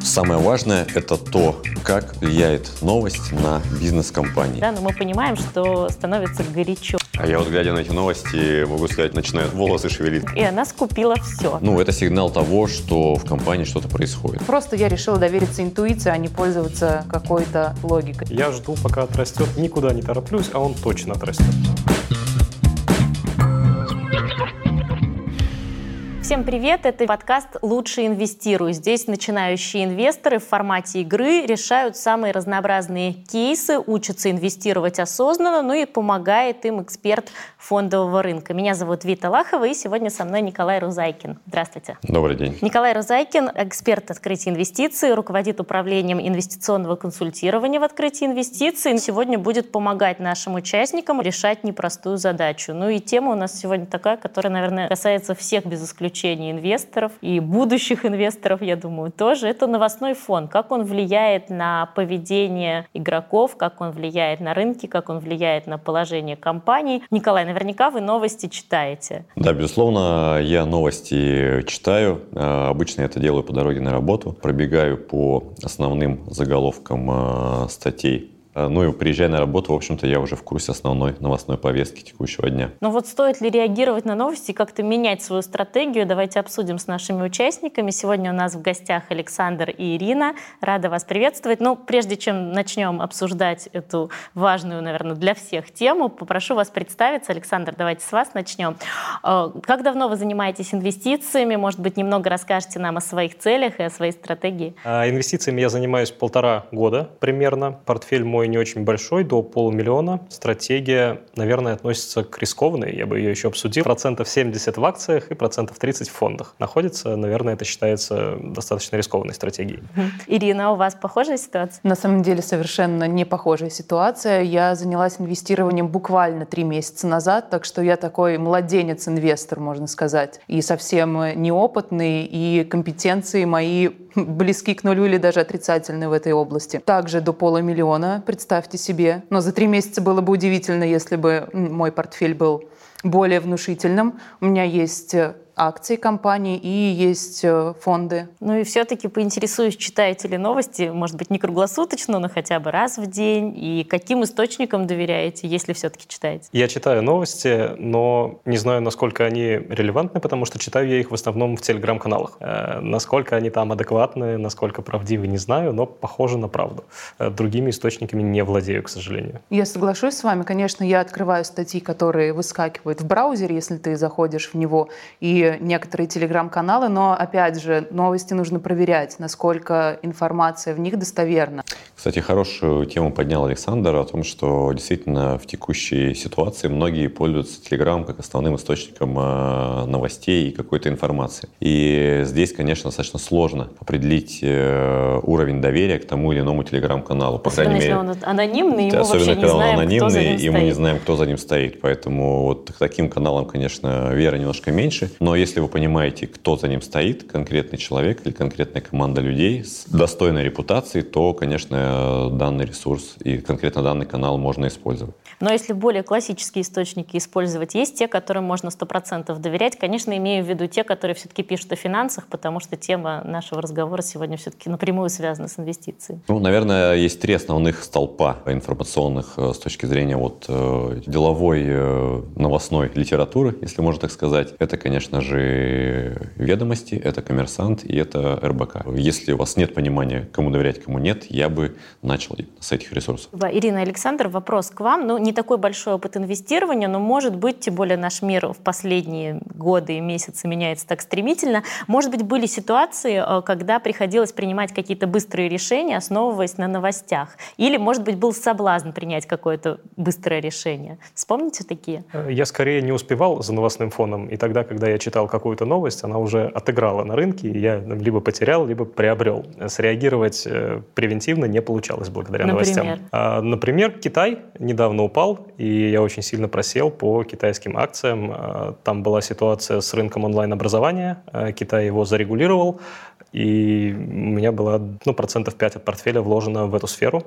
Самое важное – это то, как влияет новость на бизнес компании. Да, но мы понимаем, что становится горячо. А я вот, глядя на эти новости, могу сказать, начинают волосы шевелить. И она скупила все. Это сигнал того, что в компании что-то происходит. Просто я решила довериться интуиции, а не пользоваться какой-то логикой. Я жду, пока отрастет, никуда не тороплюсь, а он точно отрастет. Всем привет! Это подкаст «Лучше инвестирую». Здесь начинающие инвесторы в формате игры решают самые разнообразные кейсы, учатся инвестировать осознанно, и помогает им эксперт фондового рынка. Меня зовут Вита Лахова, и сегодня со мной Николай Рузайкин. Здравствуйте. Добрый день. Николай Рузайкин – эксперт открытия инвестиций, руководит управлением инвестиционного консультирования в открытии инвестиций. Сегодня будет помогать нашим участникам решать непростую задачу. И тема у нас сегодня такая, которая, наверное, касается всех без исключения инвесторов и будущих инвесторов, я думаю, тоже. Это новостной фон. Как он влияет на поведение игроков, как он влияет на рынки, как он влияет на положение компаний. Николай, наверняка вы новости читаете. Да, безусловно, я новости читаю. Обычно я это делаю по дороге на работу. Пробегаю по основным заголовкам статей. И приезжая на работу, в общем-то, я уже в курсе основной новостной повестки текущего дня. Стоит ли реагировать на новости и как-то менять свою стратегию? Давайте обсудим с нашими участниками. Сегодня у нас в гостях Александр и Ирина. Рада вас приветствовать. Прежде чем начнем обсуждать эту важную, наверное, для всех тему, попрошу вас представиться. Александр, давайте с вас начнем. Как давно вы занимаетесь инвестициями? Может быть, немного расскажете нам о своих целях и о своей стратегии? Инвестициями я занимаюсь 1,5 года примерно. Портфель мой не очень большой, до 500 000. Стратегия, наверное, относится к рискованной, я бы ее еще обсудил. 70% в акциях и 30% в фондах находится. Наверное, это считается достаточно рискованной стратегией. Ирина, у вас похожая ситуация? На самом деле совершенно не похожая ситуация. Я занялась инвестированием буквально 3 месяца назад, так что я такой младенец-инвестор, можно сказать. И совсем неопытный, и компетенции мои близки к нулю или даже отрицательны в этой области. Также до 500 000, представьте себе. Но за 3 месяца было бы удивительно, если бы мой портфель был более внушительным. У меня есть акции компании и есть фонды. И все-таки поинтересуюсь, читаете ли новости, может быть, не круглосуточно, но хотя бы раз в день, и каким источникам доверяете, если все-таки читаете? Я читаю новости, но не знаю, насколько они релевантны, потому что читаю я их в основном в телеграм-каналах. Насколько они там адекватны, насколько правдивы, не знаю, но похоже на правду. Другими источниками не владею, к сожалению. Я соглашусь с вами. Конечно, я открываю статьи, которые выскакивают в браузере, если ты заходишь в него, и некоторые телеграм-каналы, но, опять же, новости нужно проверять, насколько информация в них достоверна. Кстати, хорошую тему поднял Александр о том, что действительно в текущей ситуации многие пользуются Telegram как основным источником новостей и какой-то информации. И здесь, конечно, достаточно сложно определить уровень доверия к тому или иному Telegram-каналу. По крайней мере, он анонимный, и мы вообще не знаем, кто за ним стоит. И мы не знаем, кто за ним стоит. Поэтому к таким каналам, конечно, веры немножко меньше. Но если вы понимаете, кто за ним стоит, конкретный человек или конкретная команда людей с достойной репутацией, то, конечно, данный ресурс и конкретно данный канал можно использовать. Но если более классические источники использовать, есть те, которым можно 100% доверять. Конечно, имею в виду те, которые все-таки пишут о финансах, потому что тема нашего разговора сегодня все-таки напрямую связана с инвестициями. Наверное, есть 3 основных столпа информационных с точки зрения деловой новостной литературы, если можно так сказать. Это, конечно же, «Ведомости», это «Коммерсант» и это РБК. Если у вас нет понимания, кому доверять, кому нет, я бы начал с этих ресурсов. Ирина, Александр, вопрос к вам. Не такой большой опыт инвестирования, но, может быть, тем более наш мир в последние годы и месяцы меняется так стремительно. Может быть, были ситуации, когда приходилось принимать какие-то быстрые решения, основываясь на новостях. Или, может быть, был соблазн принять какое-то быстрое решение. Вспомните такие? Я скорее не успевал за новостным фоном, и тогда, когда я читал какую-то новость, она уже отыграла на рынке, и я либо потерял, либо приобрел. Среагировать превентивно не получалось благодаря новостям. Например, Китай недавно упал, и я очень сильно просел по китайским акциям. Там была ситуация с рынком онлайн-образования, Китай его зарегулировал, И у меня было 5% от портфеля вложено в эту сферу,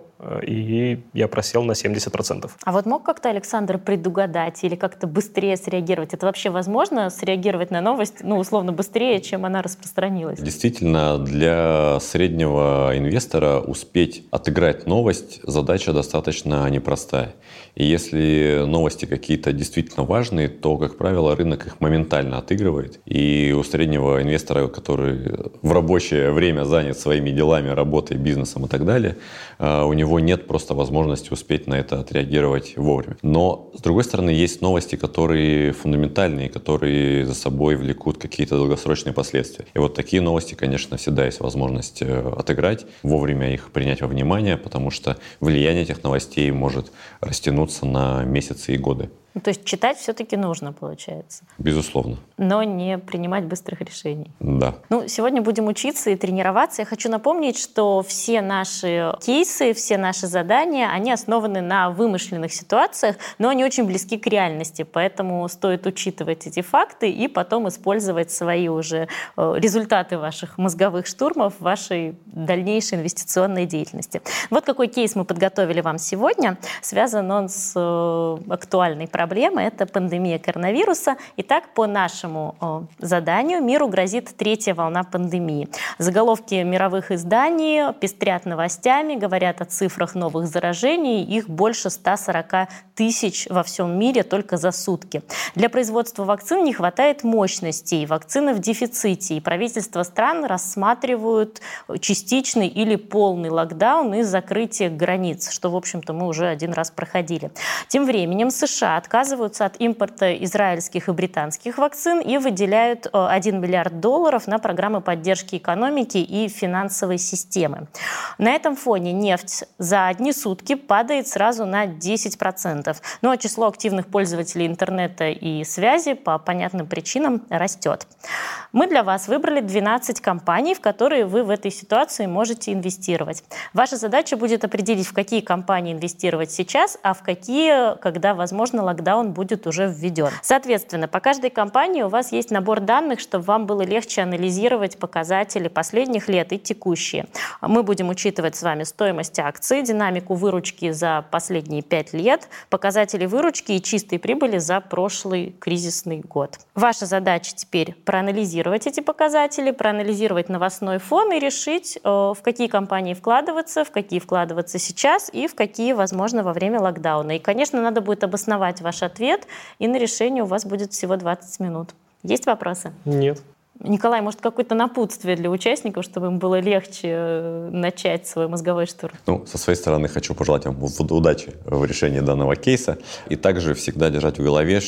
и я просел на 70%. А вот мог как-то Александр предугадать или как-то быстрее среагировать? Это вообще возможно среагировать на новость, условно, быстрее, чем она распространилась? Действительно, для среднего инвестора успеть отыграть новость задача достаточно непростая. И если новости какие-то действительно важные, то, как правило, рынок их моментально отыгрывает. И у среднего инвестора, который в рабочее время занят своими делами, работой, бизнесом и так далее, у него нет просто возможности успеть на это отреагировать вовремя. Но, с другой стороны, есть новости, которые фундаментальные, которые за собой влекут какие-то долгосрочные последствия. И вот такие новости, конечно, всегда есть возможность отыграть, вовремя их принять во внимание, потому что влияние этих новостей может растянуться на месяцы и годы. То есть читать все-таки нужно, получается. Безусловно. Но не принимать быстрых решений. Да. Сегодня будем учиться и тренироваться. Я хочу напомнить, что все наши кейсы, все наши задания, они основаны на вымышленных ситуациях, но они очень близки к реальности. Поэтому стоит учитывать эти факты и потом использовать свои уже результаты ваших мозговых штурмов в вашей дальнейшей инвестиционной деятельности. Вот какой кейс мы подготовили вам сегодня. Связан он с актуальной проблемой. Это пандемия коронавируса. Итак, по нашему заданию миру грозит третья волна пандемии. Заголовки мировых изданий пестрят новостями, говорят о цифрах новых заражений. Их больше 140 тысяч во всем мире только за сутки. Для производства вакцин не хватает мощностей. Вакцины в дефиците. И правительства стран рассматривают частичный или полный локдаун и закрытие границ, что, в общем-то, мы уже один раз проходили. Тем временем США отказываются от импорта израильских и британских вакцин и выделяют $1 миллиард на программы поддержки экономики и финансовой системы. На этом фоне нефть за одни сутки падает сразу на 10%. А число активных пользователей интернета и связи по понятным причинам растет. Мы для вас выбрали 12 компаний, в которые вы в этой ситуации можете инвестировать. Ваша задача будет определить, в какие компании инвестировать сейчас, а в какие, когда, возможно, локдаун будет уже введен. Соответственно, по каждой компании у вас есть набор данных, чтобы вам было легче анализировать показатели последних лет и текущие. Мы будем учитывать с вами стоимость акций, динамику выручки за последние 5 лет, показатели выручки и чистой прибыли за прошлый кризисный год. Ваша задача теперь проанализировать эти показатели, проанализировать новостной фон и решить, в какие компании вкладываться, в какие вкладываться сейчас и в какие, возможно, во время локдауна. И, конечно, надо будет обосновать ваш ответ, и на решение у вас будет всего 20 минут. Есть вопросы? Нет. Николай, может, какое-то напутствие для участников, чтобы им было легче начать свой мозговой штурм? Со своей стороны хочу пожелать вам удачи в решении данного кейса. И также всегда держать в голове,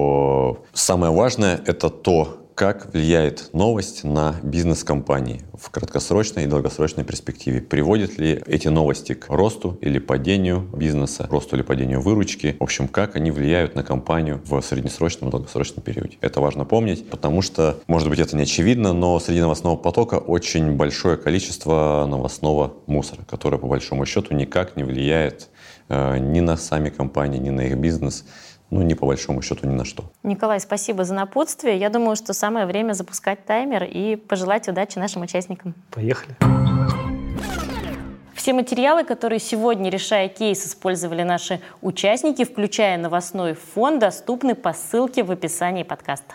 что самое важное – это то, как влияет новость на бизнес компании в краткосрочной и долгосрочной перспективе. Приводят ли эти новости к росту или падению бизнеса, росту или падению выручки. В общем, как они влияют на компанию в среднесрочном и долгосрочном периоде. Это важно помнить, потому что, может быть, это не очевидно, но среди новостного потока очень большое количество новостного мусора, которое, по большому счету, никак не влияет ни на сами компании, ни на их бизнес, ни по большому счету ни на что. Николай, спасибо за напутствие. Я думаю, что самое время запускать таймер и пожелать удачи нашим участникам. Поехали. Все материалы, которые сегодня, решая кейс, использовали наши участники, включая новостной фон, доступны по ссылке в описании подкаста.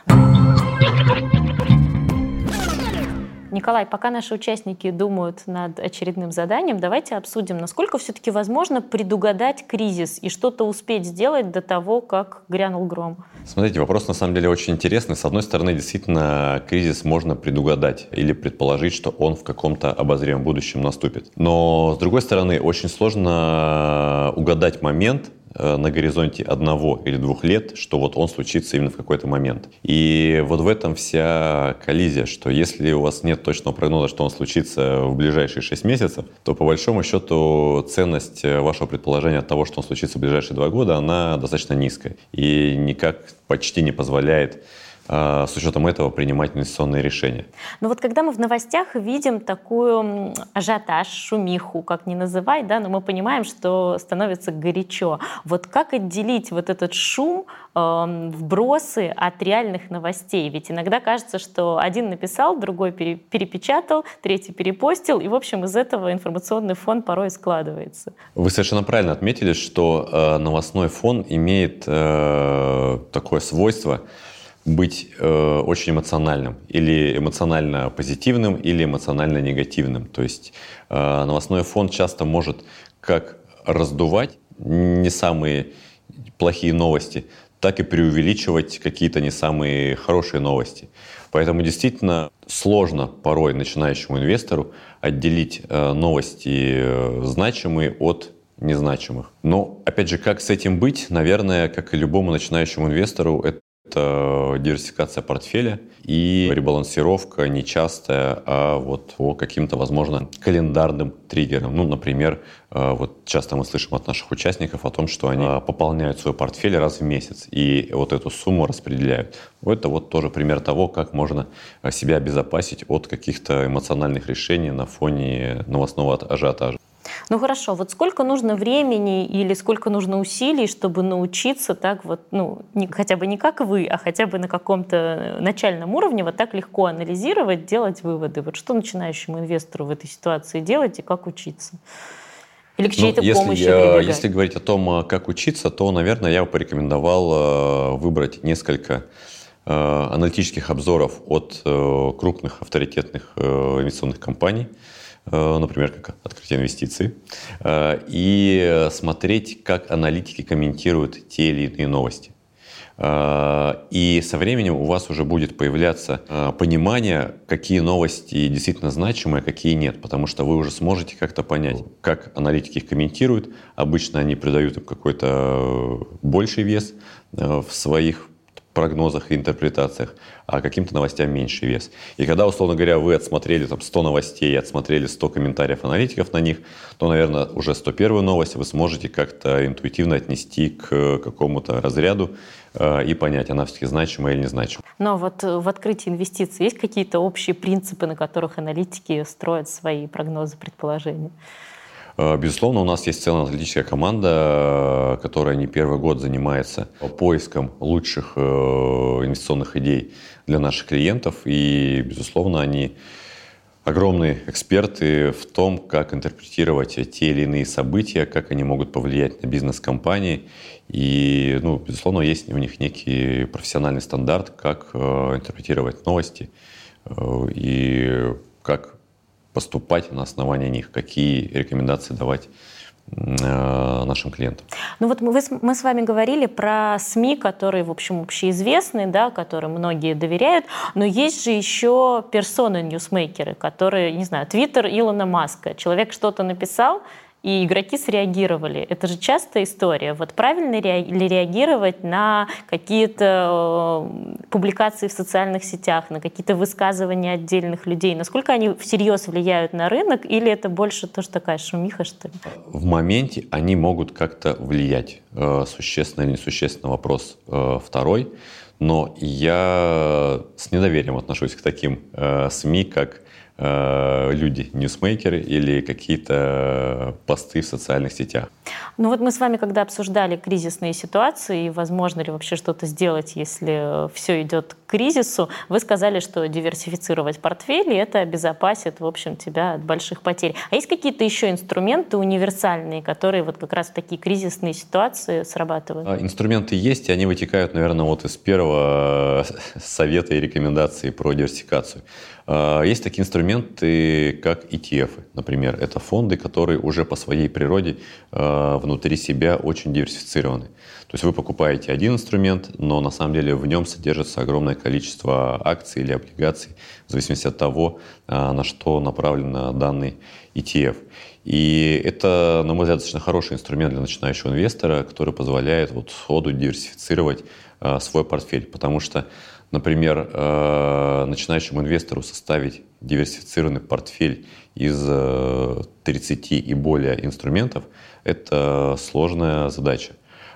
Николай, пока наши участники думают над очередным заданием, давайте обсудим, насколько все-таки возможно предугадать кризис и что-то успеть сделать до того, как грянул гром. Смотрите, вопрос на самом деле очень интересный. С одной стороны, действительно, кризис можно предугадать или предположить, что он в каком-то обозримом будущем наступит. Но, с другой стороны, очень сложно угадать момент на горизонте 1 или 2 лет, что вот он случится именно в какой-то момент. И вот в этом вся коллизия, что если у вас нет точного прогноза, что он случится в ближайшие 6 месяцев, то по большому счету ценность вашего предположения от того, что он случится в ближайшие 2 года, она достаточно низкая и никак почти не позволяет с учетом этого принимать инвестиционные решения. Но вот когда мы в новостях видим такую ажиотаж, шумиху, как ни называй, да, но мы понимаем, что становится горячо. Вот как отделить вот этот шум, вбросы от реальных новостей? Ведь иногда кажется, что один написал, другой перепечатал, третий перепостил, и, в общем, из этого информационный фон порой складывается. Вы совершенно правильно отметили, что новостной фон имеет такое свойство быть очень эмоциональным, или эмоционально позитивным, или эмоционально негативным. То есть новостной фон часто может как раздувать не самые плохие новости, так и преувеличивать какие-то не самые хорошие новости. Поэтому действительно сложно порой начинающему инвестору отделить новости значимые от незначимых. Но, опять же, как с этим быть? Наверное, как и любому начинающему инвестору, это диверсификация портфеля и ребалансировка нечастая, а вот по каким-то, возможно, календарным триггерам. Ну, например, вот часто мы слышим от наших участников о том, что они пополняют свой портфель раз в месяц и вот эту сумму распределяют. Это вот тоже пример того, как можно себя обезопасить от каких-то эмоциональных решений на фоне новостного ажиотажа. Ну хорошо, вот сколько нужно времени или сколько нужно усилий, чтобы научиться так вот, хотя бы не как вы, а хотя бы на каком-то начальном уровне вот так легко анализировать, делать выводы? Вот что начинающему инвестору в этой ситуации делать и как учиться? Или к чьей-то помощи прибегать? Если говорить о том, как учиться, то, наверное, я бы порекомендовал выбрать несколько аналитических обзоров от крупных авторитетных инвестиционных компаний, например, как «Открытие инвестиций», и смотреть, как аналитики комментируют те или иные новости. И со временем у вас уже будет появляться понимание, какие новости действительно значимые, а какие нет, потому что вы уже сможете как-то понять, как аналитики их комментируют. Обычно они придают им какой-то больший вес в своих прогнозах и интерпретациях, а каким-то новостям меньший вес. И когда, условно говоря, вы отсмотрели 100 новостей, отсмотрели 100 комментариев аналитиков на них, то, наверное, уже 101-ю новость вы сможете как-то интуитивно отнести к какому-то разряду и понять, она все-таки значимая или незначимая. Но вот в открытии инвестиций есть какие-то общие принципы, на которых аналитики строят свои прогнозы, предположения? Безусловно, у нас есть целая аналитическая команда, которая не первый год занимается поиском лучших инвестиционных идей для наших клиентов. И, безусловно, они огромные эксперты в том, как интерпретировать те или иные события, как они могут повлиять на бизнес компании. И, безусловно, есть у них некий профессиональный стандарт, как интерпретировать новости и как поступать на основании них, какие рекомендации давать нашим клиентам. Вот мы с вами говорили про СМИ, которые, в общем, общеизвестны, да, которым многие доверяют, но есть же еще персоны-ньюсмейкеры, которые, не знаю, Твиттер Илона Маска. Человек что-то написал, и игроки среагировали. Это же частая история. Вот правильно ли реагировать на какие-то публикации в социальных сетях, на какие-то высказывания отдельных людей? Насколько они всерьез влияют на рынок, или это больше тоже такая шумиха, что ли? В моменте они могут как-то влиять. Существенно или несущественно — вопрос второй. Но я с недоверием отношусь к таким СМИ, как люди, ньюсмейкеры или какие-то посты в социальных сетях. Вот мы с вами, когда обсуждали кризисные ситуации, и возможно ли вообще что-то сделать, если все идет к кризису, вы сказали, что диверсифицировать портфели — это обезопасит, в общем, тебя от больших потерь. А есть какие-то еще инструменты универсальные, которые вот как раз в такие кризисные ситуации срабатывают? Инструменты есть, и они вытекают, наверное, вот из первого совета и рекомендации про диверсификацию. Есть такие инструменты, как ETF, например. Это фонды, которые уже по своей природе внутри себя очень диверсифицированы. То есть вы покупаете один инструмент, но на самом деле в нем содержится огромное количество акций или облигаций, в зависимости от того, на что направлен данный ETF. И это, на мой взгляд, достаточно хороший инструмент для начинающего инвестора, который позволяет сходу диверсифицировать свой портфель. Потому что, например, начинающему инвестору составить диверсифицированный портфель из 30 и более инструментов – это сложная задача.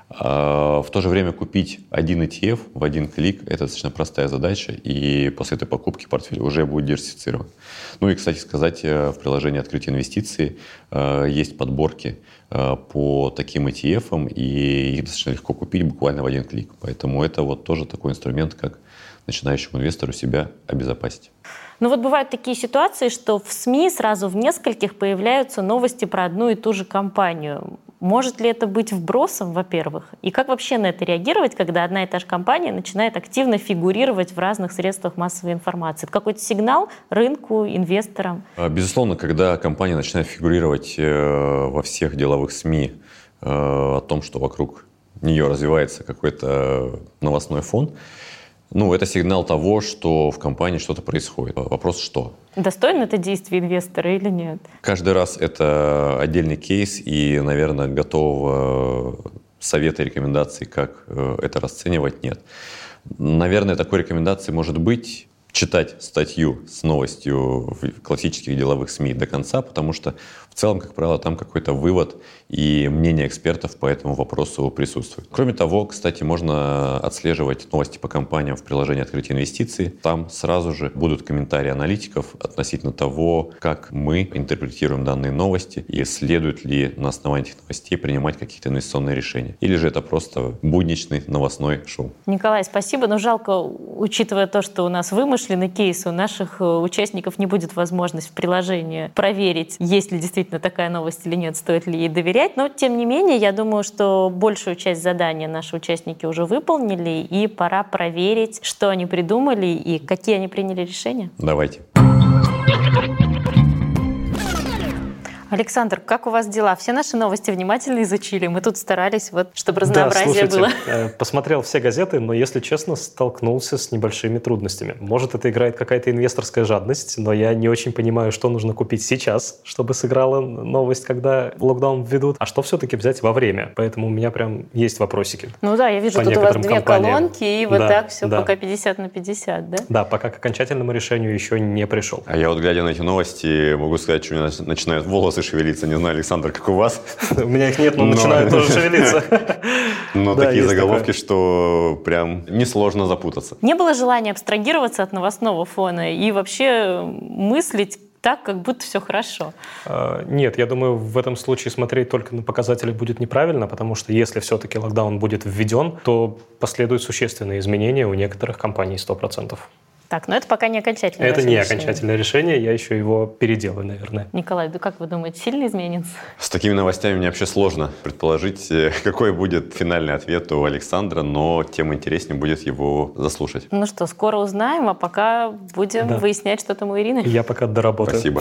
В то же время купить один ETF в один клик – это достаточно простая задача, и после этой покупки портфель уже будет диверсифицирован. Ну и, кстати сказать, в приложении «Открытие инвестиций» есть подборки по таким ETF, и их достаточно легко купить буквально в один клик. Поэтому это вот тоже такой инструмент, как начинающему инвестору себя обезопасить. Ну вот бывают такие ситуации, что в СМИ сразу в нескольких появляются новости про одну и ту же компанию. Может ли это быть вбросом, во-первых? И как вообще на это реагировать, когда одна и та же компания начинает активно фигурировать в разных средствах массовой информации? Это какой-то сигнал рынку, инвесторам? Безусловно, когда компания начинает фигурировать во всех деловых СМИ о том, что вокруг нее развивается какой-то новостной фон, это сигнал того, что в компании что-то происходит. Вопрос, что? Достойно это действие инвестора или нет? Каждый раз это отдельный кейс, и, наверное, готового совета и рекомендаций, как это расценивать, нет. Наверное, такой рекомендацией может быть читать статью с новостью в классических деловых СМИ до конца, потому что в целом, как правило, там какой-то вывод и мнение экспертов по этому вопросу присутствует. Кроме того, кстати, можно отслеживать новости по компаниям в приложении «Открытие инвестиций». Там сразу же будут комментарии аналитиков относительно того, как мы интерпретируем данные новости и следует ли на основании этих новостей принимать какие-то инвестиционные решения. Или же это просто будничный новостной шоу. Николай, спасибо, но жалко, учитывая то, что у нас вымышленный кейс, у наших участников не будет возможности в приложении проверить, есть ли действительно такая новость или нет, стоит ли ей доверять. Но, тем не менее, я думаю, что большую часть задания наши участники уже выполнили, и пора проверить, что они придумали и какие они приняли решения. Давайте. Александр, как у вас дела? Все наши новости внимательно изучили. Мы тут старались, чтобы разнообразие было. Посмотрел все газеты, но, если честно, столкнулся с небольшими трудностями. Может, это играет какая-то инвесторская жадность, но я не очень понимаю, что нужно купить сейчас, чтобы сыграла новость, когда локдаун введут, а что все-таки взять во время. Поэтому у меня прям есть вопросики. Я вижу, тут у вас две колонки, и так все пока 50/50, да? Да, пока к окончательному решению еще не пришел. А я глядя на эти новости, могу сказать, что у меня начинают волосы шевелиться. Не знаю, Александр, как у вас. У меня их нет, но начинают тоже шевелиться. Но такие заголовки, что прям несложно запутаться. Не было желания абстрагироваться от новостного фона и вообще мыслить так, как будто все хорошо? Нет, я думаю, в этом случае смотреть только на показатели будет неправильно, потому что если все-таки локдаун будет введен, то последуют существенные изменения у некоторых компаний 100%. Так, но это пока не окончательное решение. Это не окончательное решение, я еще его переделаю, наверное. Николай, как вы думаете, сильно изменится? С такими новостями мне вообще сложно предположить, какой будет финальный ответ у Александра, но тем интереснее будет его заслушать. Ну что, скоро узнаем, а пока будем выяснять, что там у Ирины. Я пока доработаю. Спасибо.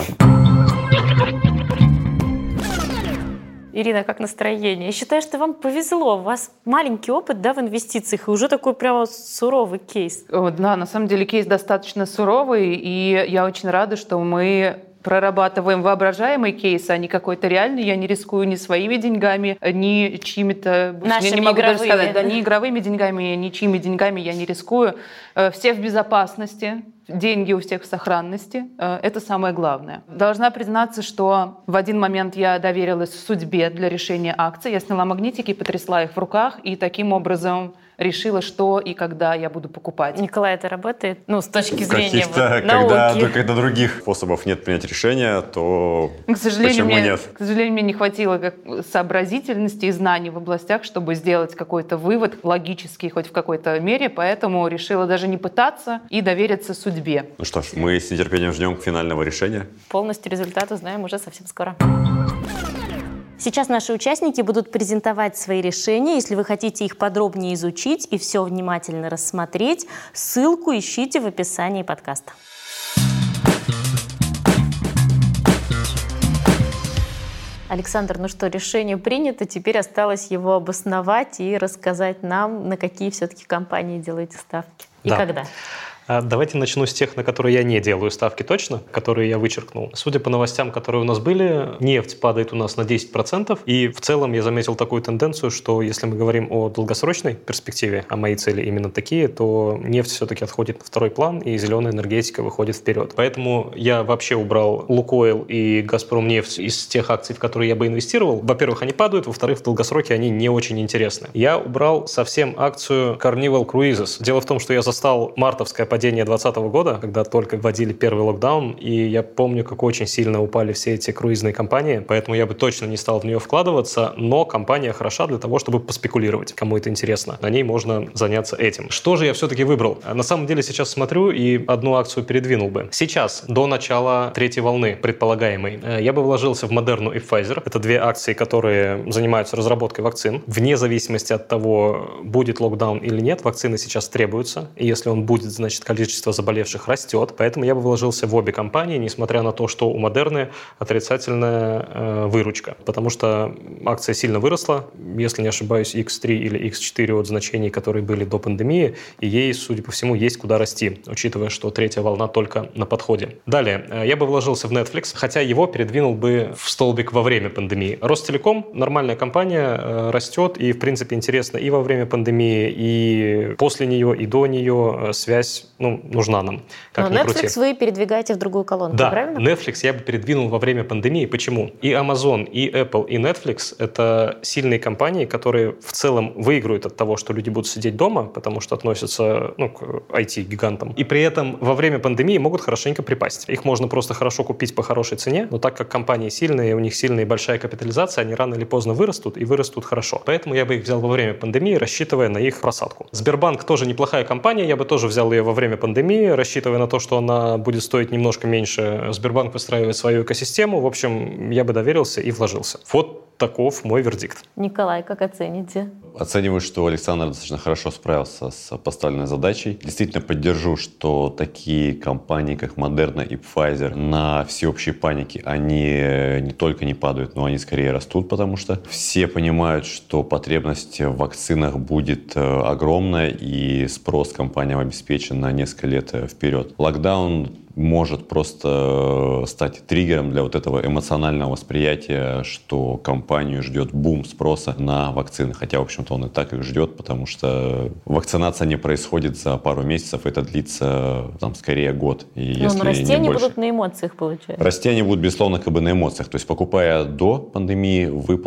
Ирина, как настроение? Я считаю, что вам повезло. У вас маленький опыт, в инвестициях, и уже такой прямо суровый кейс. Да, на самом деле кейс достаточно суровый, и я очень рада, что мы прорабатываем воображаемый кейс, а не какой-то реальный. Я не рискую ни своими деньгами, ни чьими-то... Нашими я не могу игровыми. даже сказать, ни игровыми деньгами, ни чьими деньгами я не рискую. Все в безопасности. Деньги у всех в сохранности. Это самое главное. Должна признаться, что в один момент я доверилась судьбе для решения акций. Я сняла магнитики, потрясла их в руках и таким образом решила, что и когда я буду покупать. Николай, это работает? С точки зрения науки. Когда других способов нет принять решения, то почему нет? К сожалению, мне не хватило сообразительности и знаний в областях, чтобы сделать какой-то вывод логический хоть в какой-то мере, поэтому решила даже не пытаться и довериться судьбе. Ну что ж, мы с нетерпением ждем финального решения. Полностью результат узнаем уже совсем скоро. Сейчас наши участники будут презентовать свои решения. Если вы хотите их подробнее изучить и все внимательно рассмотреть, ссылку ищите в описании подкаста. Александр, решение принято, теперь осталось его обосновать и рассказать нам, на какие все-таки компании делаете ставки и когда. Давайте начну с тех, на которые я не делаю ставки точно, которые я вычеркнул. Судя по новостям, которые у нас были, нефть падает у нас на 10%. И в целом я заметил такую тенденцию, что если мы говорим о долгосрочной перспективе, а мои цели именно такие, то нефть все-таки отходит на второй план, и зеленая энергетика выходит вперед. Поэтому я вообще убрал Лукойл и Газпромнефть из тех акций, в которые я бы инвестировал. Во-первых, они падают, во-вторых, в долгосроке они не очень интересны. Я убрал совсем акцию Carnival Cruises. Дело в том, что я застал мартовское падение 2020 года, когда только вводили первый локдаун, и я помню, как очень сильно упали все эти круизные компании, поэтому я бы точно не стал в нее вкладываться, но компания хороша для того, чтобы поспекулировать, кому это интересно. На ней можно заняться этим. Что же я все-таки выбрал? На самом деле сейчас смотрю и одну акцию передвинул бы. Сейчас, до начала третьей волны, предполагаемой, я бы вложился в Moderna и Pfizer. Это две акции, которые занимаются разработкой вакцин. Вне зависимости от того, будет локдаун или нет, вакцины сейчас требуются. И если он будет, значит, количество заболевших растет. Поэтому я бы вложился в обе компании, несмотря на то, что у Moderna отрицательная выручка. Потому что акция сильно выросла, если не ошибаюсь, X3 или X4 от значений, которые были до пандемии, и ей, судя по всему, есть куда расти, учитывая, что третья волна только на подходе. Далее, я бы вложился в Netflix, хотя его передвинул бы в столбик во время пандемии. Ростелеком, нормальная компания, растет и, в принципе, интересна и во время пандемии, и после нее, и до нее связь, нужна нам. Но Netflix вы передвигаете в другую колонку, да, правильно? Netflix я бы передвинул во время пандемии. Почему? И Amazon, и Apple, и Netflix — это сильные компании, которые в целом выиграют от того, что люди будут сидеть дома, потому что относятся к IT-гигантам. И при этом во время пандемии могут хорошенько припасть. Их можно просто хорошо купить по хорошей цене, но так как компании сильные, у них сильная и большая капитализация, они рано или поздно вырастут, и вырастут хорошо. Поэтому я бы их взял во время пандемии, рассчитывая на их просадку. Сбербанк тоже неплохая компания, я бы тоже взял ее во время пандемии, рассчитывая на то, что она будет стоить немножко меньше. Сбербанк выстраивает свою экосистему. В общем, я бы доверился и вложился. Вот таков мой вердикт. Николай, как оцените? Оцениваю, что Александр достаточно хорошо справился с поставленной задачей. Действительно поддержу, что такие компании, как Moderna и Pfizer, на всеобщей панике, они не только не падают, но они скорее растут, потому что все понимают, что потребность в вакцинах будет огромная, и спрос компаниям обеспечен на несколько лет вперед. Локдаун может просто стать триггером для вот этого эмоционального восприятия, что компанию ждет бум спроса на вакцины. Хотя, в общем-то, он и так их ждет, потому что вакцинация не происходит за пару месяцев, это длится скорее год. Но расти они будут на эмоциях, получается. Расти они будут, безусловно, на эмоциях. То есть, покупая до пандемии, вы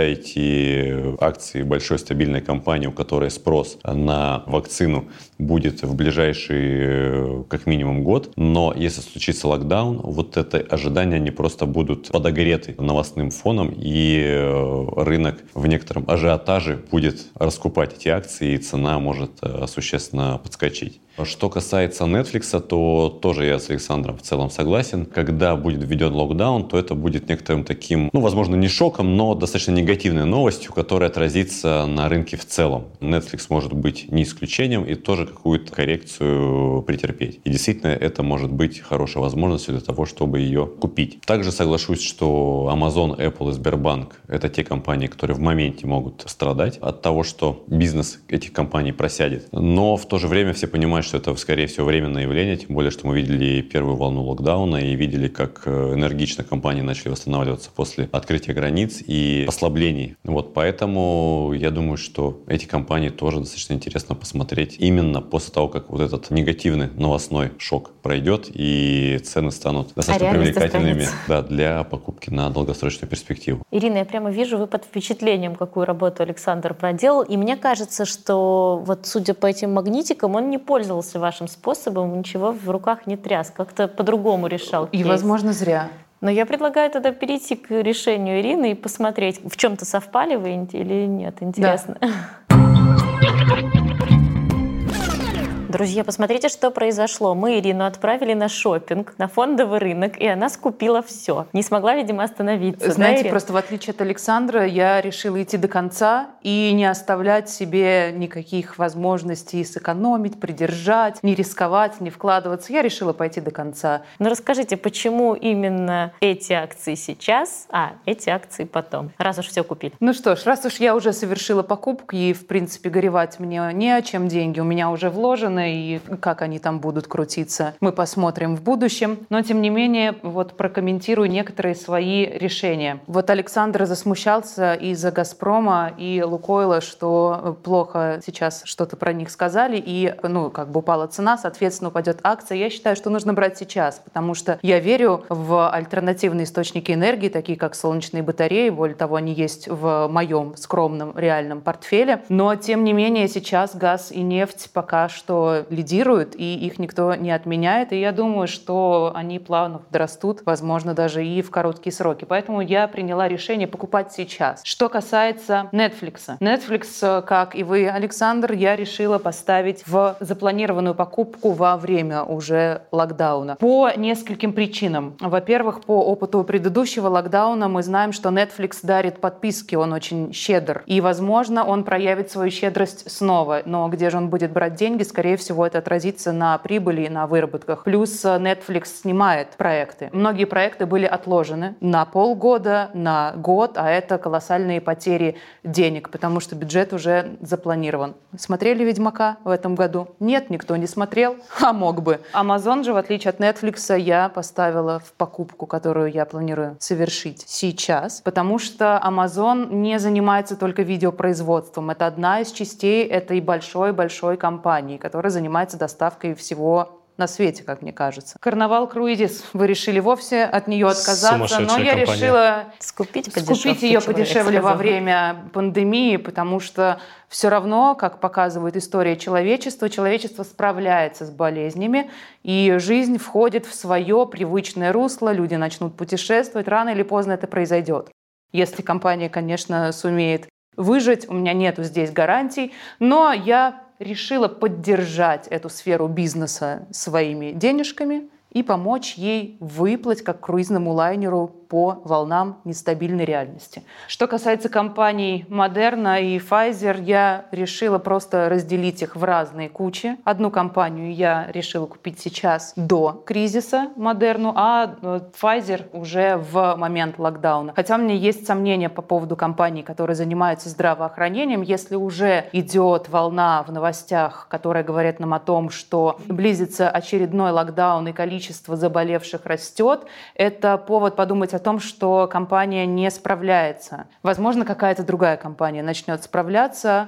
получаете акции большой стабильной компании, у которой спрос на вакцину будет в ближайший, как минимум, год. Но если случится локдаун, вот это ожидания, они просто будут подогреты новостным фоном, и рынок в некотором ажиотаже будет раскупать эти акции, и цена может существенно подскочить. Что касается Netflix, то тоже я с Александром в целом согласен. Когда будет введен локдаун, то это будет некоторым таким, возможно, не шоком, но достаточно негативной новостью, которая отразится на рынке в целом. Netflix может быть не исключением и тоже какую-то коррекцию претерпеть. И действительно, это может быть хорошей возможностью для того, чтобы ее купить. Также соглашусь, что Amazon, Apple и Сбербанк — это те компании, которые в моменте могут страдать от того, что бизнес этих компаний просядет. Но в то же время все понимают, что это, скорее всего, временное явление, тем более, что мы видели первую волну локдауна и видели, как энергично компании начали восстанавливаться после открытия границ и послаблений. Поэтому я думаю, что эти компании тоже достаточно интересно посмотреть именно после того, как вот этот негативный новостной шок пройдет и цены станут достаточно привлекательными для покупки на долгосрочную перспективу. Ирина, я прямо вижу, вы под впечатлением, какую работу Александр проделал. И мне кажется, что судя по этим магнитикам, он не пользовался вашим способом, ничего в руках не тряс, как-то по-другому решал кейс. И, возможно, зря. Но я предлагаю тогда перейти к решению Ирины и посмотреть, в чем-то совпали вы или нет. Интересно. Да. Друзья, посмотрите, что произошло. Мы Ирину отправили на шопинг, на фондовый рынок, и она скупила все. Не смогла, видимо, остановиться. Знаете, просто в отличие от Александра, я решила идти до конца и не оставлять себе никаких возможностей сэкономить, придержать, не рисковать, не вкладываться. Я решила пойти до конца. Но расскажите, почему именно эти акции сейчас, а эти акции потом, раз уж все купили? Ну что ж, раз уж я уже совершила покупку, и, в принципе, горевать мне не о чем, деньги у меня уже вложены, и как они там будут крутиться, мы посмотрим в будущем. Но, тем не менее, вот прокомментирую некоторые свои решения. Вот Александр засмущался из-за «Газпрома» и «Лукойла», что плохо сейчас что-то про них сказали, и, упала цена, соответственно, упадет акция. Я считаю, что нужно брать сейчас, потому что я верю в альтернативные источники энергии, такие как солнечные батареи. Более того, они есть в моем скромном реальном портфеле. Но, тем не менее, сейчас газ и нефть пока что лидируют, и их никто не отменяет. И я думаю, что они плавно подрастут, возможно, даже и в короткие сроки. Поэтому я приняла решение покупать сейчас. Что касается Netflix. Netflix, как и вы, Александр, я решила поставить в запланированную покупку во время уже локдауна. По нескольким причинам. Во-первых, по опыту предыдущего локдауна мы знаем, что Netflix дарит подписки, он очень щедр. И, возможно, он проявит свою щедрость снова. Но где же он будет брать деньги? Скорее всего, это отразится на прибыли и на выработках. Плюс Netflix снимает проекты. Многие проекты были отложены на полгода, на год, а это колоссальные потери денег, потому что бюджет уже запланирован. Смотрели «Ведьмака» в этом году? Нет, никто не смотрел, а мог бы. Amazon же, в отличие от Netflix, я поставила в покупку, которую я планирую совершить сейчас, потому что Amazon не занимается только видеопроизводством. Это одна из частей этой большой-большой компании, которая занимается доставкой всего на свете, как мне кажется. Carnival Cruises, вы решили вовсе от нее отказаться, но я решила скупить ее подешевле во время пандемии, потому что все равно, как показывает история человечества, человечество справляется с болезнями, и жизнь входит в свое привычное русло, люди начнут путешествовать, рано или поздно это произойдет. Если компания, конечно, сумеет выжить, у меня нету здесь гарантий, но я решила поддержать эту сферу бизнеса своими денежками и помочь ей выплыть как круизному лайнеру по волнам нестабильной реальности. Что касается компаний Moderna и Pfizer, я решила просто разделить их в разные кучи. Одну компанию я решила купить сейчас до кризиса, Moderna, а Pfizer уже в момент локдауна. Хотя у меня есть сомнения по поводу компаний, которые занимаются здравоохранением. Если уже идет волна в новостях, которая говорит нам о том, что близится очередной локдаун и количество заболевших растет, это повод подумать о том, что компания не справляется. Возможно, какая-то другая компания начнет справляться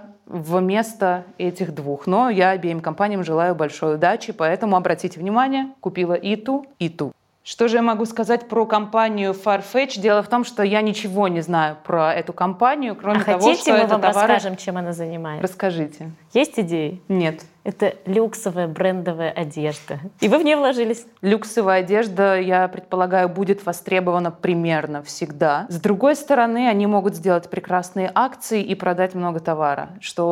вместо этих двух. Но я обеим компаниям желаю большой удачи, поэтому обратите внимание, купила и ту, и ту. Что же я могу сказать про компанию Farfetch? Дело в том, что я ничего не знаю про эту компанию, кроме того, что это товары... Хотите, мы вам расскажем, чем она занимается? Расскажите. Есть идеи? Нет. Это люксовая брендовая одежда. И вы в нее вложились. Люксовая одежда, я предполагаю, будет востребована примерно всегда. С другой стороны, они могут сделать прекрасные акции и продать много товара.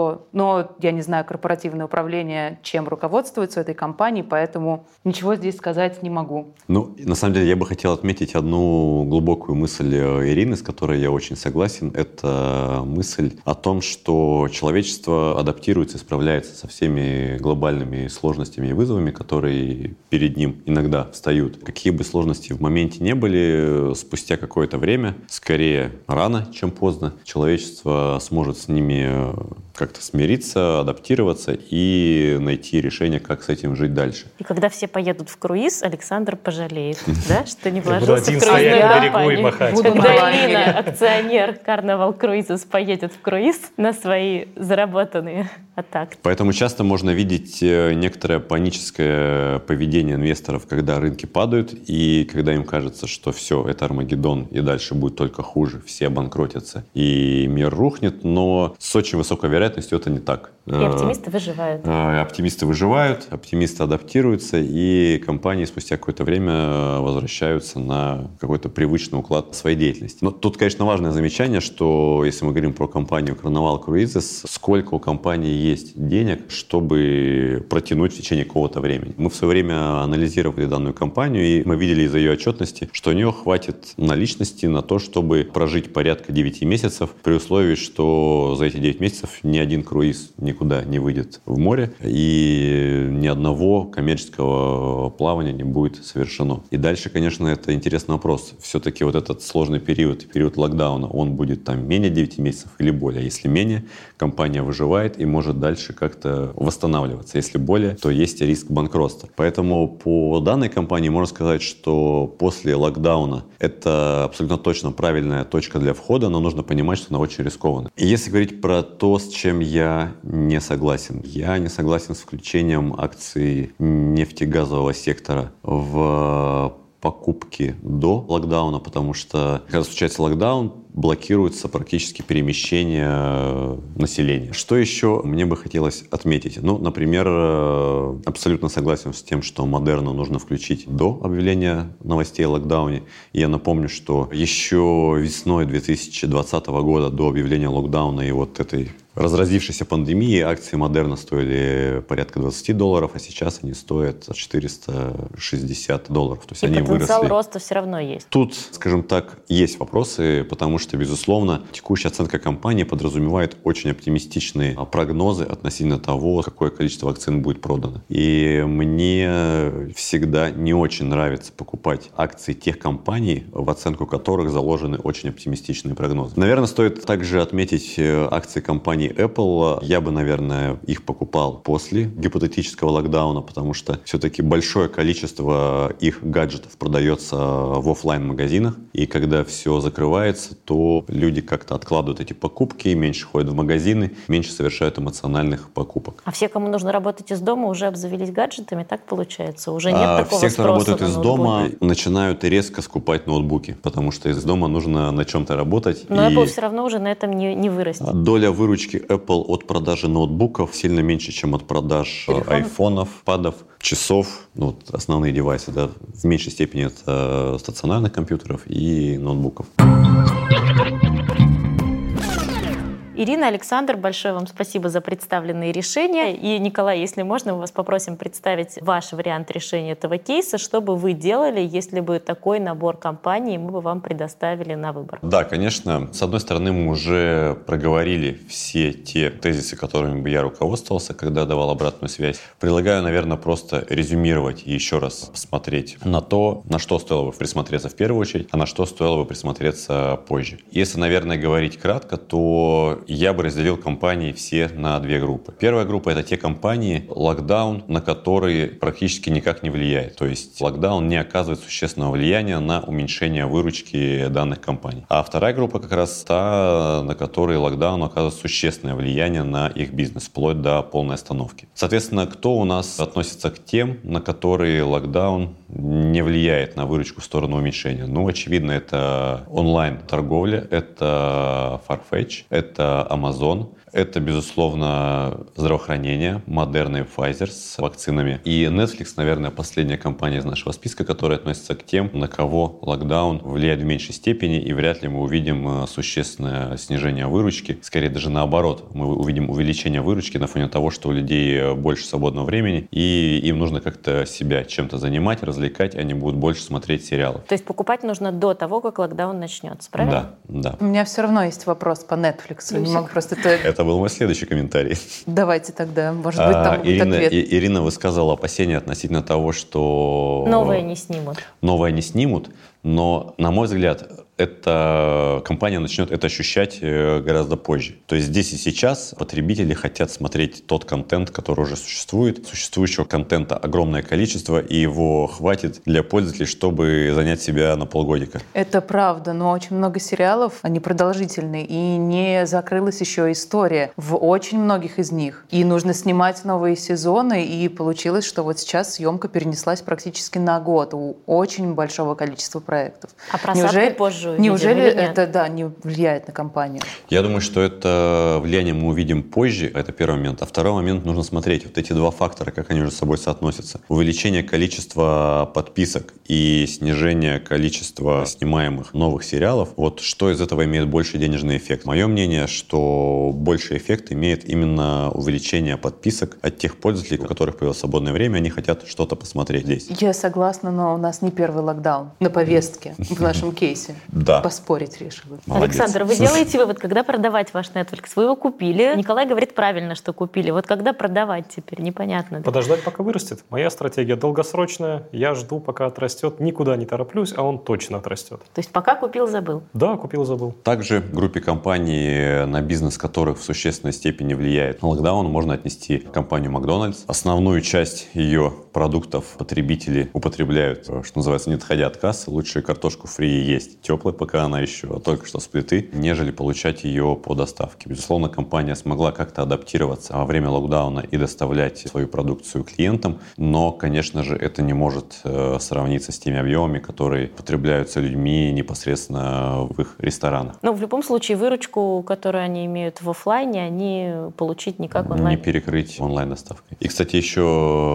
Но я не знаю, корпоративное управление чем руководствуется в этой компании, поэтому ничего здесь сказать не могу. На самом деле, я бы хотел отметить одну глубокую мысль Ирины, с которой я очень согласен. Это мысль о том, что человечество адаптируется и справляется со всеми глобальными сложностями и вызовами, которые перед ним иногда встают. Какие бы сложности в моменте не были, спустя какое-то время, скорее рано, чем поздно, человечество сможет с ними как-то смириться, адаптироваться и найти решение, как с этим жить дальше. И когда все поедут в круиз, Александр пожалеет, что не вложился в круизную компанию. Когда Лина, акционер Carnival Cruises, поедет в круиз на свои заработанные атаки. Поэтому часто можно видеть некоторое паническое поведение инвесторов, когда рынки падают, и когда им кажется, что все, это Армагеддон, и дальше будет только хуже, все обанкротятся, и мир рухнет, но с очень высокой вероятностью это не так. И оптимисты выживают. Оптимисты выживают, оптимисты адаптируются, и компании спустя какое-то время возвращаются на какой-то привычный уклад своей деятельности. Но тут, конечно, важное замечание, что если мы говорим про компанию Carnival Cruises, сколько у компании есть денег, чтобы протянуть в течение какого-то времени. Мы в свое время анализировали данную компанию, и мы видели из ее отчетности, что у нее хватит наличности на то, чтобы прожить порядка 9 месяцев, при условии, что за эти 9 месяцев ни один круиз не никуда не выйдет в море, и ни одного коммерческого плавания не будет совершено. И дальше, конечно, это интересный вопрос. Все-таки вот этот сложный период локдауна, он будет там менее 9 месяцев или более. Если менее, компания выживает и может дальше как-то восстанавливаться. Если более, то есть риск банкротства. Поэтому по данной компании можно сказать, что после локдауна это абсолютно точно правильная точка для входа, но нужно понимать, что она очень рискованная. И если говорить про то, с чем я не согласен. Я не согласен с включением акций нефтегазового сектора в покупки до локдауна, потому что, когда случается локдаун, блокируется практически перемещение населения. Что еще мне бы хотелось отметить? Ну, например, абсолютно согласен с тем, что Модерну нужно включить до объявления новостей о локдауне. И я напомню, что еще весной 2020 года, до объявления локдауна и вот этой разразившейся пандемии, акции Модерна стоили порядка $20, а сейчас они стоят $460. То есть они выросли. Потенциал роста все равно есть. Тут, скажем так, есть вопросы, потому что, безусловно, текущая оценка компании подразумевает очень оптимистичные прогнозы относительно того, какое количество вакцин будет продано. И мне всегда не очень нравится покупать акции тех компаний, в оценку которых заложены очень оптимистичные прогнозы. Наверное, стоит также отметить акции компании Apple. Я бы, наверное, их покупал после гипотетического локдауна, потому что все-таки большое количество их гаджетов продается в офлайн-магазинах. И когда все закрывается, то люди как-то откладывают эти покупки, меньше ходят в магазины, меньше совершают эмоциональных покупок. А все, кому нужно работать из дома, уже обзавелись гаджетами, так получается? Уже нет такого все, спроса кто работает на из дома, начинают резко скупать ноутбуки, потому что из дома нужно на чем-то работать. Но Apple все равно уже на этом не вырастет. Доля выручки Apple от продажи ноутбуков сильно меньше, чем от продаж айфонов, падов, часов, основные девайсы, да, в меньшей степени это стационарных компьютеров и ноутбуков. Ирина, Александр, большое вам спасибо за представленные решения. И, Николай, если можно, мы вас попросим представить ваш вариант решения этого кейса. Что бы вы делали, если бы такой набор компаний мы бы вам предоставили на выбор? Да, конечно. С одной стороны, мы уже проговорили все те тезисы, которыми бы я руководствовался, когда давал обратную связь. Предлагаю, наверное, просто резюмировать и еще раз посмотреть на то, на что стоило бы присмотреться в первую очередь, а на что стоило бы присмотреться позже. Если, наверное, говорить кратко, то я бы разделил компании все на две группы. Первая группа — это те компании, локдаун на которые практически никак не влияет. То есть локдаун не оказывает существенного влияния на уменьшение выручки данных компаний. А вторая группа как раз та, на которой локдаун оказывает существенное влияние на их бизнес, вплоть до полной остановки. Соответственно, кто у нас относится к тем, на которые локдаун не влияет на выручку в сторону уменьшения? Ну, очевидно, это онлайн-торговля, это Farfetch, это Amazon. Это, безусловно, здравоохранение, Moderna и Pfizer с вакцинами. И Netflix, наверное, последняя компания из нашего списка, которая относится к тем, на кого локдаун влияет в меньшей степени, и вряд ли мы увидим существенное снижение выручки. Скорее, даже наоборот, мы увидим увеличение выручки на фоне того, что у людей больше свободного времени, и им нужно как-то себя чем-то занимать, развлекать, они будут больше смотреть сериалы. То есть покупать нужно до того, как локдаун начнется, правильно? Да. У меня все равно есть вопрос по Netflix. Не могу просто Это был мой следующий комментарий. Давайте тогда, может быть, там будет ответ. Ирина высказала опасения относительно того, что... Новое не снимут, но, на мой взгляд, эта компания начнет это ощущать гораздо позже. То есть здесь и сейчас потребители хотят смотреть тот контент, который уже существует. Существующего контента огромное количество, и его хватит для пользователей, чтобы занять себя на полгодика. Это правда, но очень много сериалов, они продолжительные, и не закрылась еще история в очень многих из них. И нужно снимать новые сезоны, и получилось, что вот сейчас съемка перенеслась практически на год у очень большого количества проектов. А просадку позже увидим, неужели это не влияет на компанию? Я думаю, что это влияние мы увидим позже, это первый момент. А второй момент, нужно смотреть вот эти два фактора, как они между собой соотносятся. Увеличение количества подписок и снижение количества снимаемых новых сериалов. Вот что из этого имеет больший денежный эффект? Мое мнение, что больший эффект имеет именно увеличение подписок от тех пользователей, у которых появилось свободное время, они хотят что-то посмотреть здесь. Я согласна, но у нас не первый локдаун на повестке в нашем кейсе. Да. Поспорить решил. Молодец. Александр, вы делаете вывод, когда продавать ваш Netflix? Вы его купили. Николай говорит правильно, что купили. Вот когда продавать теперь? Непонятно. Подождать, пока вырастет. Моя стратегия долгосрочная. Я жду, пока отрастет. Никуда не тороплюсь, а он точно отрастет. То есть пока купил, забыл? Да, купил, забыл. Также к группе компаний, на бизнес которых в существенной степени влияет локдаун, можно отнести компанию Макдональдс. Основную часть ее продуктов потребители употребляют, что называется, не отходя от кассы. Лучше картошку фри есть теплой, пока она еще только что с плиты, нежели получать ее по доставке. Безусловно, компания смогла как-то адаптироваться во время локдауна и доставлять свою продукцию клиентам, но, конечно же, это не может сравниться с теми объемами, которые потребляются людьми непосредственно в их ресторанах. Но в любом случае выручку, которую они имеют в офлайне, они получить никак онлайн. Не перекрыть онлайн-доставкой. И, кстати, еще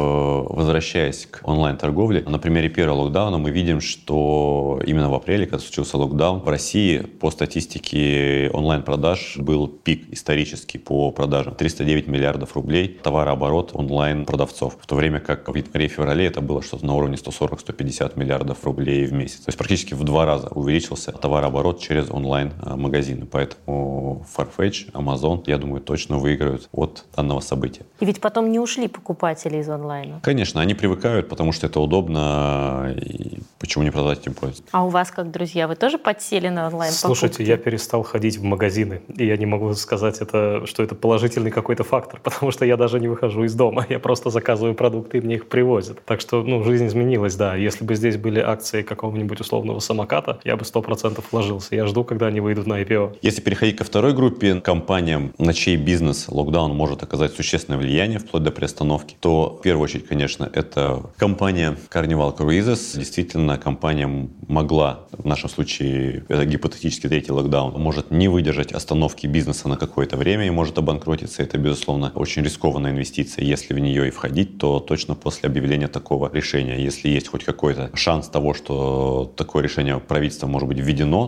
возвращаясь к онлайн-торговле, на примере первого локдауна мы видим, что именно в апреле, когда случился локдаун, в России по статистике онлайн-продаж был пик исторический по продажам. 309 миллиардов рублей товарооборот онлайн-продавцов. В то время как в январе-феврале это было что-то на уровне 140-150 миллиардов рублей в месяц. То есть практически в 2 раза увеличился товарооборот через онлайн-магазины. Поэтому Farfetch, Amazon, я думаю, точно выиграют от данного события. И ведь потом не ушли покупатели из онлайна. Конечно, они привыкают, потому что это удобно, и почему не продать этим пользу. А у вас как, друзья, вы тоже подсели на онлайн-покупки? Слушайте, я перестал ходить в магазины, и я не могу сказать, что это положительный какой-то фактор, потому что я даже не выхожу из дома, я просто заказываю продукты, и мне их привозят. Так что, жизнь изменилась, да. Если бы здесь были акции какого-нибудь условного самоката, я бы 100% вложился. Я жду, когда они выйдут на IPO. Если переходить ко второй группе, компаниям, на чей бизнес локдаун может оказать существенное влияние, вплоть до приостановки, то в первую очередь, конечно, это компания Carnival Cruises. Действительно, компания могла, в нашем случае, это гипотетически третий локдаун, может не выдержать остановки бизнеса на какое-то время и может обанкротиться. Это, безусловно, очень рискованная инвестиция. Если в нее и входить, то точно после объявления такого решения. Если есть хоть какой-то шанс того, что такое решение правительства может быть введено,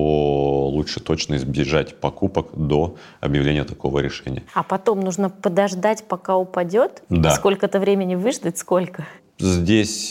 то лучше точно избежать покупок до объявления такого решения. А потом нужно подождать, пока упадет? Да. Сколько-то времени выждать? Сколько? Здесь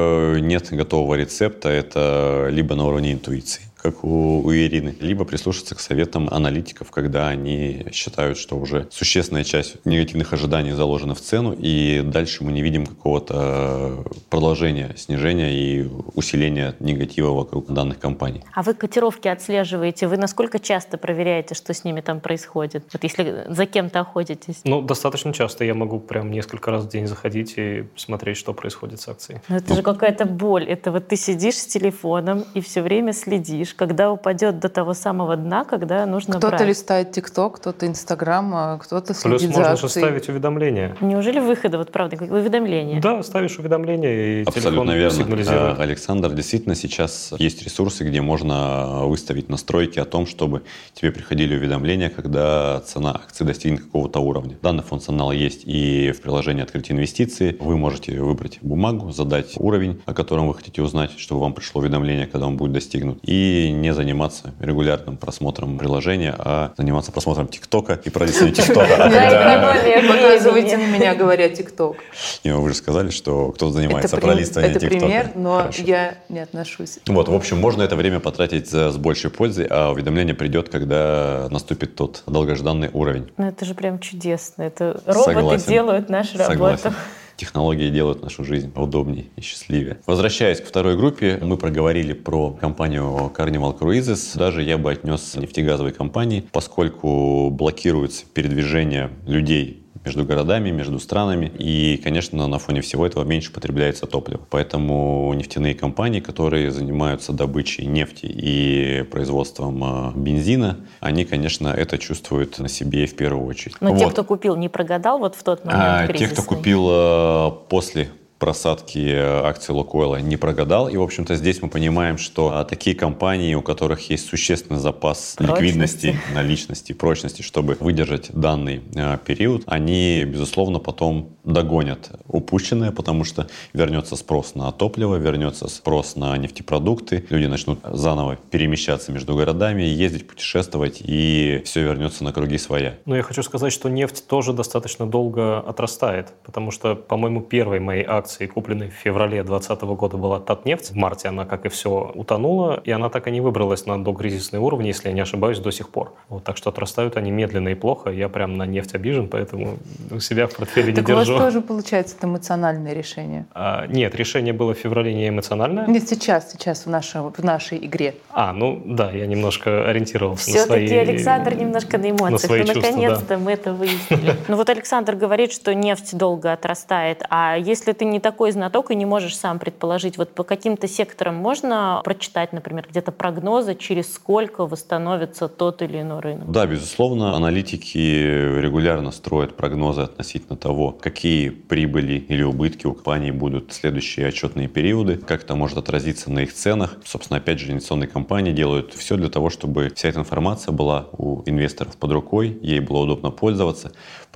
нет готового рецепта, это либо на уровне интуиции, как у Ирины, либо прислушаться к советам аналитиков, когда они считают, что уже существенная часть негативных ожиданий заложена в цену, и дальше мы не видим какого-то продолжения снижения и усиления негатива вокруг данных компаний. А вы котировки отслеживаете? Вы насколько часто проверяете, что с ними там происходит? Вот если за кем-то охотитесь? Достаточно часто. Я могу прям несколько раз в день заходить и смотреть, что происходит с акцией. Это же какая-то боль. Это вот ты сидишь с телефоном и все время следишь, когда упадет до того самого дна, когда нужно брать. Кто-то листает ТикТок, кто-то Инстаграм, а кто-то следит за акцией. Плюс можно же ставить уведомления. Неужели выхода, вот правда, как уведомления? Да, ставишь уведомления, и абсолютно телефон верно. Сигнализирует. Александр, действительно сейчас есть ресурсы, где можно выставить настройки о том, чтобы тебе приходили уведомления, когда цена акции достигнет какого-то уровня. Данный функционал есть и в приложении «Открытие инвестиции». Вы можете выбрать бумагу, задать уровень, о котором вы хотите узнать, чтобы вам пришло уведомление, когда он будет достигнут. И не заниматься регулярным просмотром приложения, а заниматься просмотром ТикТока и пролистыванием ТикТока. Показывайте на меня, говоря ТикТок. Вы же сказали, что кто-то занимается пролистыванием ТикТока. Это пример, но я не отношусь. Вот, в общем, можно это время потратить с большей пользой, а уведомление придет, когда наступит тот долгожданный уровень. Это же прям чудесно. Это роботы делают нашу работу. Технологии делают нашу жизнь удобнее и счастливее. Возвращаясь к второй группе, мы проговорили про компанию Carnival Cruises. Даже я бы отнес нефтегазовой компании, поскольку блокируется передвижение людей между городами, между странами. И, конечно, на фоне всего этого меньше потребляется топливо. Поэтому нефтяные компании, которые занимаются добычей нефти и производством бензина, они, конечно, это чувствуют на себе в первую очередь. Но те, кто купил, не прогадал вот в тот момент кризисный? Те, кто купил после просадки акций Лукойла, не прогадал. И, в общем-то, здесь мы понимаем, что такие компании, у которых есть существенный запас ликвидности, наличности, прочности, чтобы выдержать данный период, они, безусловно, потом догонят упущенное, потому что вернется спрос на топливо, вернется спрос на нефтепродукты, люди начнут заново перемещаться между городами, ездить, путешествовать, и все вернется на круги своя. Но я хочу сказать, что нефть тоже достаточно долго отрастает, потому что, по-моему, первой моей акцией, купленной в феврале 2020 года, была Татнефть. В марте она, как и все, утонула, и она так и не выбралась на докризисные уровни, если я не ошибаюсь, до сих пор. Вот, так что отрастают они медленно и плохо. Я прям на нефть обижен, поэтому у себя в портфеле не держу. Так у вас тоже, получается, это эмоциональное решение? Нет, решение было в феврале не эмоциональное. Нет, сейчас в нашей игре. Да, я немножко ориентировался на свои... Все-таки Александр немножко на эмоциях. Наконец-то мы это выяснили. Ну вот Александр говорит, что нефть долго отрастает. А если ты не такой знаток и не можешь сам предположить, вот по каким-то секторам можно прочитать, например, где-то прогнозы, через сколько восстановится тот или иной рынок? Да, безусловно, аналитики регулярно строят прогнозы относительно того, какие прибыли или убытки у компаний будут в следующие отчетные периоды, как это может отразиться на их ценах. Собственно, опять же, инвестиционные компании делают все для того, чтобы вся эта информация была у инвесторов под рукой, ей было удобно пользоваться.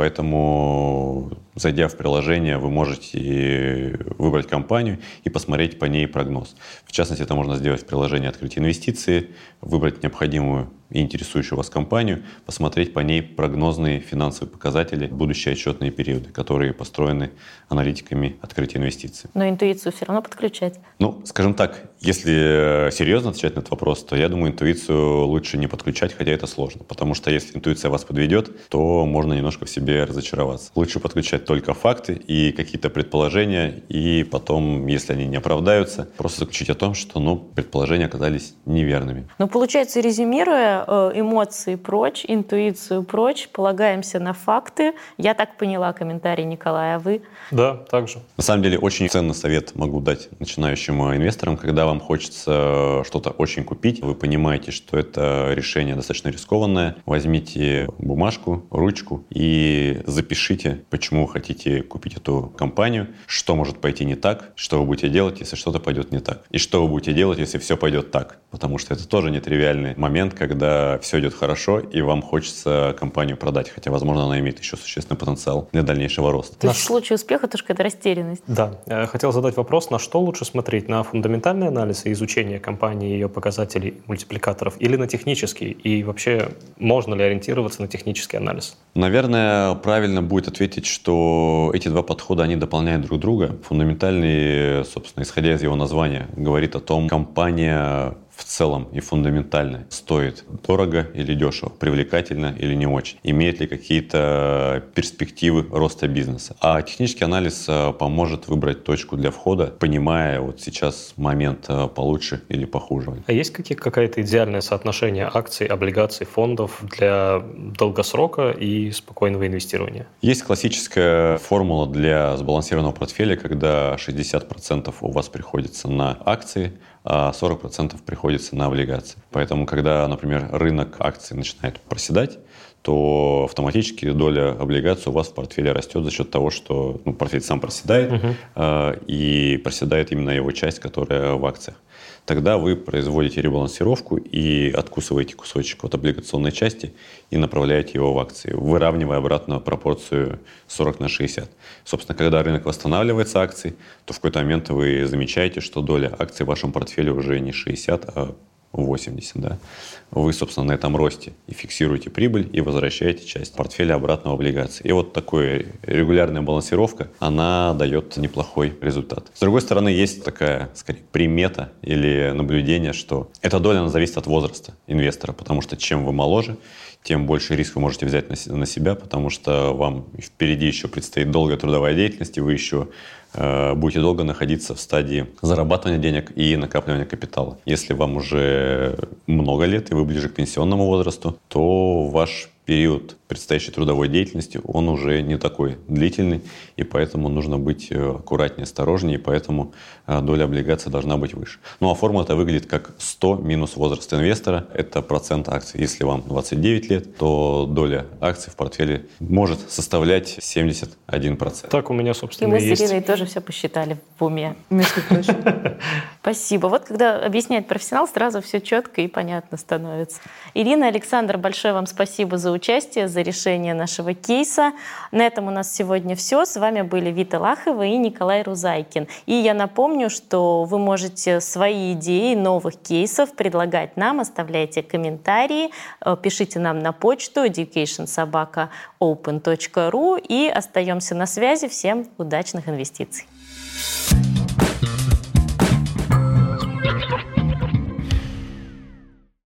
Поэтому, зайдя в приложение, вы можете выбрать компанию и посмотреть по ней прогноз. В частности, это можно сделать в приложении «Открыть инвестиции», выбрать необходимую и интересующую вас компанию, посмотреть по ней прогнозные финансовые показатели, будущие отчетные периоды, которые построены аналитиками «Открытия инвестиций». Но интуицию все равно подключать? Скажем так, если серьезно отвечать на этот вопрос, то я думаю, интуицию лучше не подключать, хотя это сложно, потому что если интуиция вас подведет, то можно немножко в себе разочароваться. Лучше подключать только факты и какие-то предположения, и потом, если они не оправдаются, просто заключить о том, что предположения оказались неверными. Получается, резюмируя, эмоции прочь, интуицию прочь, полагаемся на факты. Я так поняла комментарий Николая, а вы? Да, так же. На самом деле, очень ценный совет могу дать начинающим инвесторам, когда вам хочется что-то очень купить, вы понимаете, что это решение достаточно рискованное, возьмите бумажку, ручку и запишите, почему вы хотите купить эту компанию, что может пойти не так, что вы будете делать, если что-то пойдет не так, и что вы будете делать, если все пойдет так, потому что это тоже нетривиальный момент, когда все идет хорошо, и вам хочется компанию продать, хотя, возможно, она имеет еще существенный потенциал для дальнейшего роста. То есть в случае успеха тоже какая-то растерянность. Да. Я хотел задать вопрос, на что лучше смотреть? На фундаментальный анализ и изучение компании, ее показателей, мультипликаторов, или на технический? И вообще, можно ли ориентироваться на технический анализ? Наверное, правильно будет ответить, что эти два подхода, они дополняют друг друга. Фундаментальный, собственно, исходя из его названия, говорит о том, компания в целом и фундаментально стоит дорого или дешево, привлекательно или не очень, имеет ли какие-то перспективы роста бизнеса. А технический анализ поможет выбрать точку для входа, понимая вот сейчас момент получше или похуже. А есть какое-то идеальное соотношение акций, облигаций, фондов для долгосрока и спокойного инвестирования? Есть классическая формула для сбалансированного портфеля, когда 60% у вас приходится на акции, а 40% приходится на облигации. Поэтому, когда, например, рынок акций начинает проседать, то автоматически доля облигаций у вас в портфеле растет за счет того, что портфель сам проседает, и проседает именно его часть, которая в акциях. Тогда вы производите ребалансировку и откусываете кусочек от облигационной части и направляете его в акции, выравнивая обратно пропорцию 40/60. Собственно, когда рынок восстанавливается акций, то в какой-то момент вы замечаете, что доля акций в вашем портфеле уже не 60, а 80, да. Вы, собственно, на этом росте и фиксируете прибыль, и возвращаете часть портфеля обратно в облигации. И вот такая регулярная балансировка, она дает неплохой результат. С другой стороны, есть такая, скорее, примета или наблюдение, что эта доля, она зависит от возраста инвестора, потому что чем вы моложе, тем больше риск вы можете взять на себя, потому что вам впереди еще предстоит долгая трудовая деятельность, и вы еще будете долго находиться в стадии зарабатывания денег и накапливания капитала. Если вам уже много лет, и вы ближе к пенсионному возрасту, то ваш период предстоящей трудовой деятельности, он уже не такой длительный, и поэтому нужно быть аккуратнее, осторожнее, и поэтому доля облигаций должна быть выше. А формула это выглядит как 100 минус возраст инвестора, это процент акций. Если вам 29 лет, то доля акций в портфеле может составлять 71%. Так у меня, собственно, и мы с есть. Ириной тоже все посчитали в уме. Между прочим. Спасибо. Вот когда объясняет профессионал, сразу все четко и понятно становится. Ирина, Александр, большое вам спасибо за участие, за за решение нашего кейса. На этом у нас сегодня все. С вами были Вита Лахова и Николай Рузайкин. И я напомню, что вы можете свои идеи новых кейсов предлагать нам, оставляйте комментарии, пишите нам на почту education@open.ru и остаемся на связи. Всем удачных инвестиций!